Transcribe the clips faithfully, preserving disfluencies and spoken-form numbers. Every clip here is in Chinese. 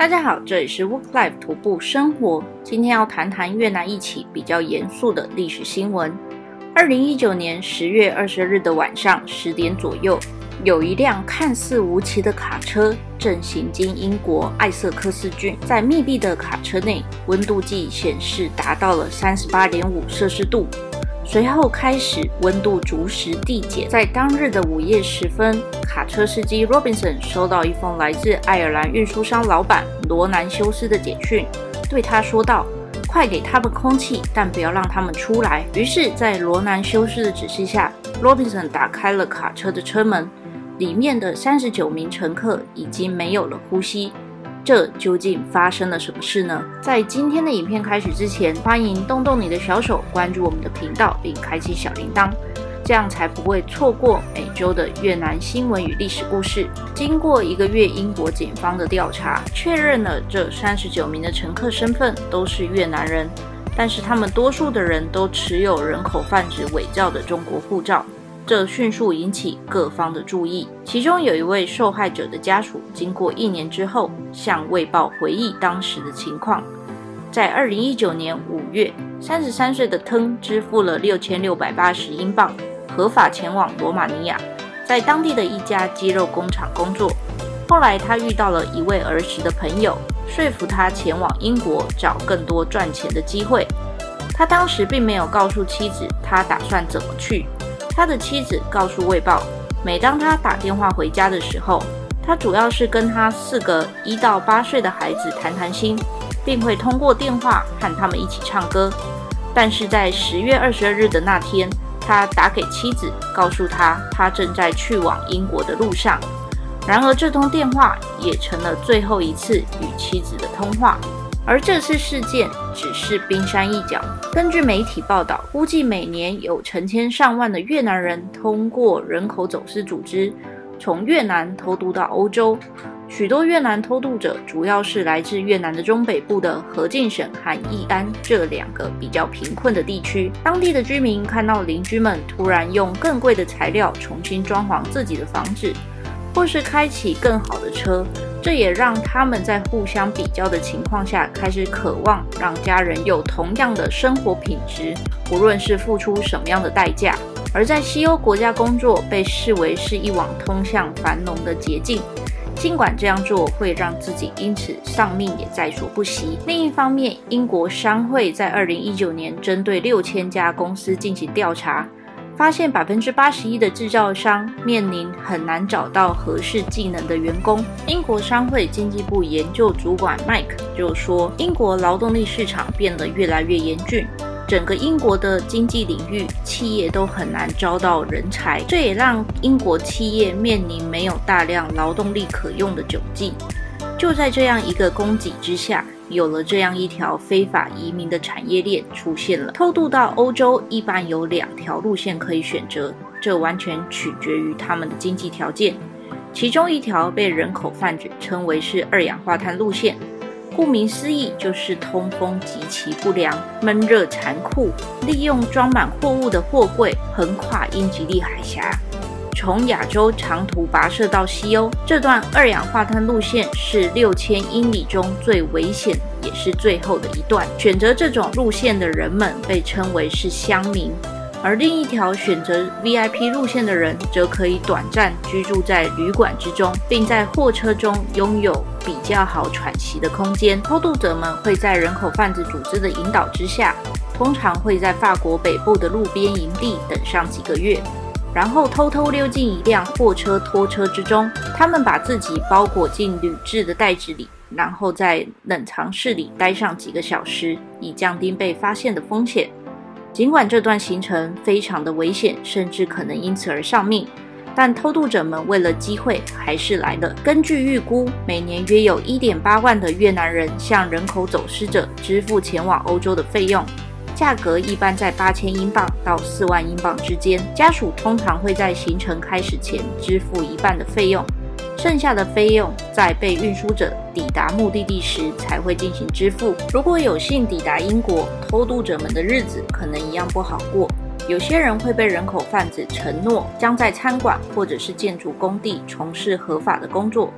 大家好，这里是 Work Life 徒步生活。今天要谈谈越南一起比较严肃的历史新闻。二零一九年十月二十日的晚上十点左右，有一辆看似无奇的卡车正行经英国艾瑟克斯郡，在密闭的卡车内，温度计显示达到了 三十八点五摄氏度。随后开始温度逐时递减。在当日的午夜时分，卡车司机 Robinson 收到一封来自爱尔兰运输商老板罗南修斯的简讯，对他说道：快给他们空气，但不要让他们出来。于是在罗南修斯的指示下， Robinson 打开了卡车的车门，里面的三十九名乘客已经没有了呼吸。这究竟发生了什么事呢？在今天的影片开始之前，欢迎动动你的小手关注我们的频道并开启小铃铛，这样才不会错过每周的越南新闻与历史故事。经过一个月英国警方的调查，确认了这三十九名的乘客身份都是越南人，但是他们多数的人都持有人口贩子伪造的中国护照，这迅速引起各方的注意。其中有一位受害者的家属，经过一年之后向卫报回忆当时的情况。在二零一九年五月，三十三岁的腾支付了六千六百八十英镑，合法前往罗马尼亚，在当地的一家鸡肉工厂工作。后来他遇到了一位儿时的朋友，说服他前往英国找更多赚钱的机会。他当时并没有告诉妻子他打算怎么去。他的妻子告诉卫报，每当他打电话回家的时候，他主要是跟他四个一到八岁的孩子谈谈心，并会通过电话和他们一起唱歌。但是在十月二十二日的那天，他打给妻子，告诉他他正在去往英国的路上。然而这通电话也成了最后一次与妻子的通话。而这次事件只是冰山一角。根据媒体报道，估计每年有成千上万的越南人通过人口走私组织从越南偷渡到欧洲。许多越南偷渡者主要是来自越南的中北部的河静省和义安这两个比较贫困的地区。当地的居民看到邻居们突然用更贵的材料重新装潢自己的房子，或是开启更好的车，这也让他们在互相比较的情况下，开始渴望让家人有同样的生活品质，无论是付出什么样的代价。而在西欧国家工作被视为是一往通向繁荣的捷径，尽管这样做会让自己因此丧命也在所不惜。另一方面，英国商会在二零一九年针对六千家公司进行调查，发现 百分之八十一 的制造商面临很难找到合适技能的员工。英国商会经济部研究主管 Mike 就说，英国劳动力市场变得越来越严峻，整个英国的经济领域企业都很难招到人才，这也让英国企业面临没有大量劳动力可用的窘境。就在这样一个供给之下，有了这样一条非法移民的产业链出现了。偷渡到欧洲一般有两条路线可以选择，这完全取决于他们的经济条件。其中一条被人口贩子称为是二氧化碳路线，顾名思义就是通风极其不良，闷热残酷，利用装满货物的货柜横跨英吉利海峡，从亚洲长途跋涉到西欧。这段二氧化碳路线是六千英里中最危险也是最后的一段。选择这种路线的人们被称为是乡民，而另一条选择 V I P 路线的人则可以短暂居住在旅馆之中，并在货车中拥有比较好喘息的空间。偷渡者们会在人口贩子组织的引导之下，通常会在法国北部的路边营地等上几个月，然后偷偷溜进一辆货车拖车之中。他们把自己包裹进铝制的袋子里，然后在冷藏室里待上几个小时，以降低被发现的风险。尽管这段行程非常的危险，甚至可能因此而丧命，但偷渡者们为了机会还是来了。根据预估，每年约有 一点八万的越南人向人口走私者支付前往欧洲的费用，价格一般在八千英镑到四万英镑之间。家属通常会在行程开始前支付一半的费用，剩下的费用在被运输者抵达目的地时才会进行支付。如果有幸抵达英国，偷渡者们的日子可能一样不好过。有些人会被人口贩子承诺将在餐馆或者是建筑工地从事合法的工作，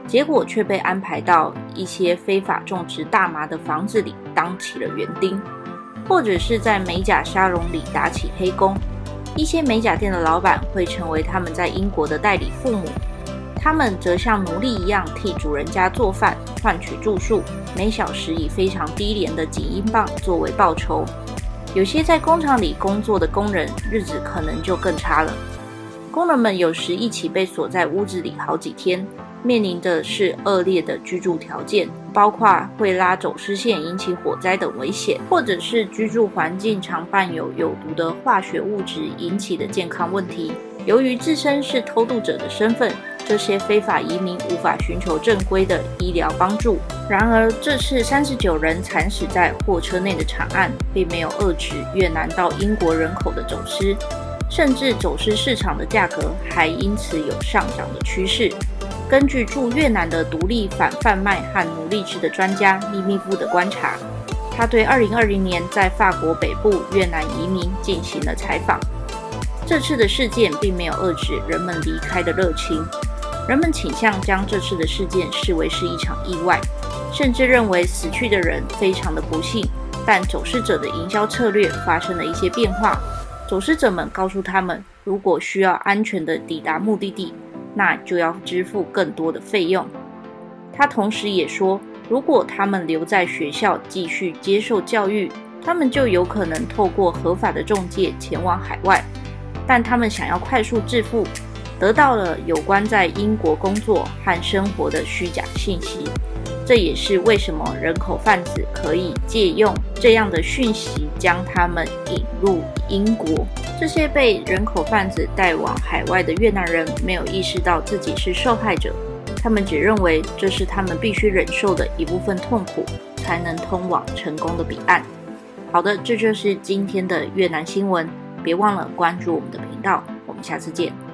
结果却被安排到一些非法种植大麻的房子里当起了园丁，或者是在美甲沙龙里打起黑工。一些美甲店的老板会成为他们在英国的代理父母，他们则像奴隶一样替主人家做饭，换取住宿，每小时以非常低廉的几英镑作为报酬。有些在工厂里工作的工人，日子可能就更差了。工人们有时一起被锁在屋子里好几天，面临的是恶劣的居住条件，包括会拉走丝线引起火灾等危险，或者是居住环境常伴有有毒的化学物质引起的健康问题。由于自身是偷渡者的身份，这些非法移民无法寻求正规的医疗帮助。然而，这次三十九人惨死在货车内的惨案，并没有遏制越南到英国人口的走私，甚至走私市场的价格还因此有上涨的趋势。根据驻越南的独立反贩卖和奴隶制的专家咪咪夫的观察，他对二零二零年在法国北部越南移民进行了采访。这次的事件并没有遏制人们离开的热情，人们倾向将这次的事件视为是一场意外，甚至认为死去的人非常的不幸。但走私者的营销策略发生了一些变化，走私者们告诉他们，如果需要安全地抵达目的地，那就要支付更多的费用。他同时也说，如果他们留在学校继续接受教育，他们就有可能透过合法的中介前往海外，但他们想要快速致富，得到了有关在英国工作和生活的虚假信息。这也是为什么人口贩子可以借用这样的讯息将他们引入英国。这些被人口贩子带往海外的越南人没有意识到自己是受害者，他们只认为这是他们必须忍受的一部分痛苦，才能通往成功的彼岸。好的，这就是今天的越南新闻，别忘了关注我们的频道，我们下次见。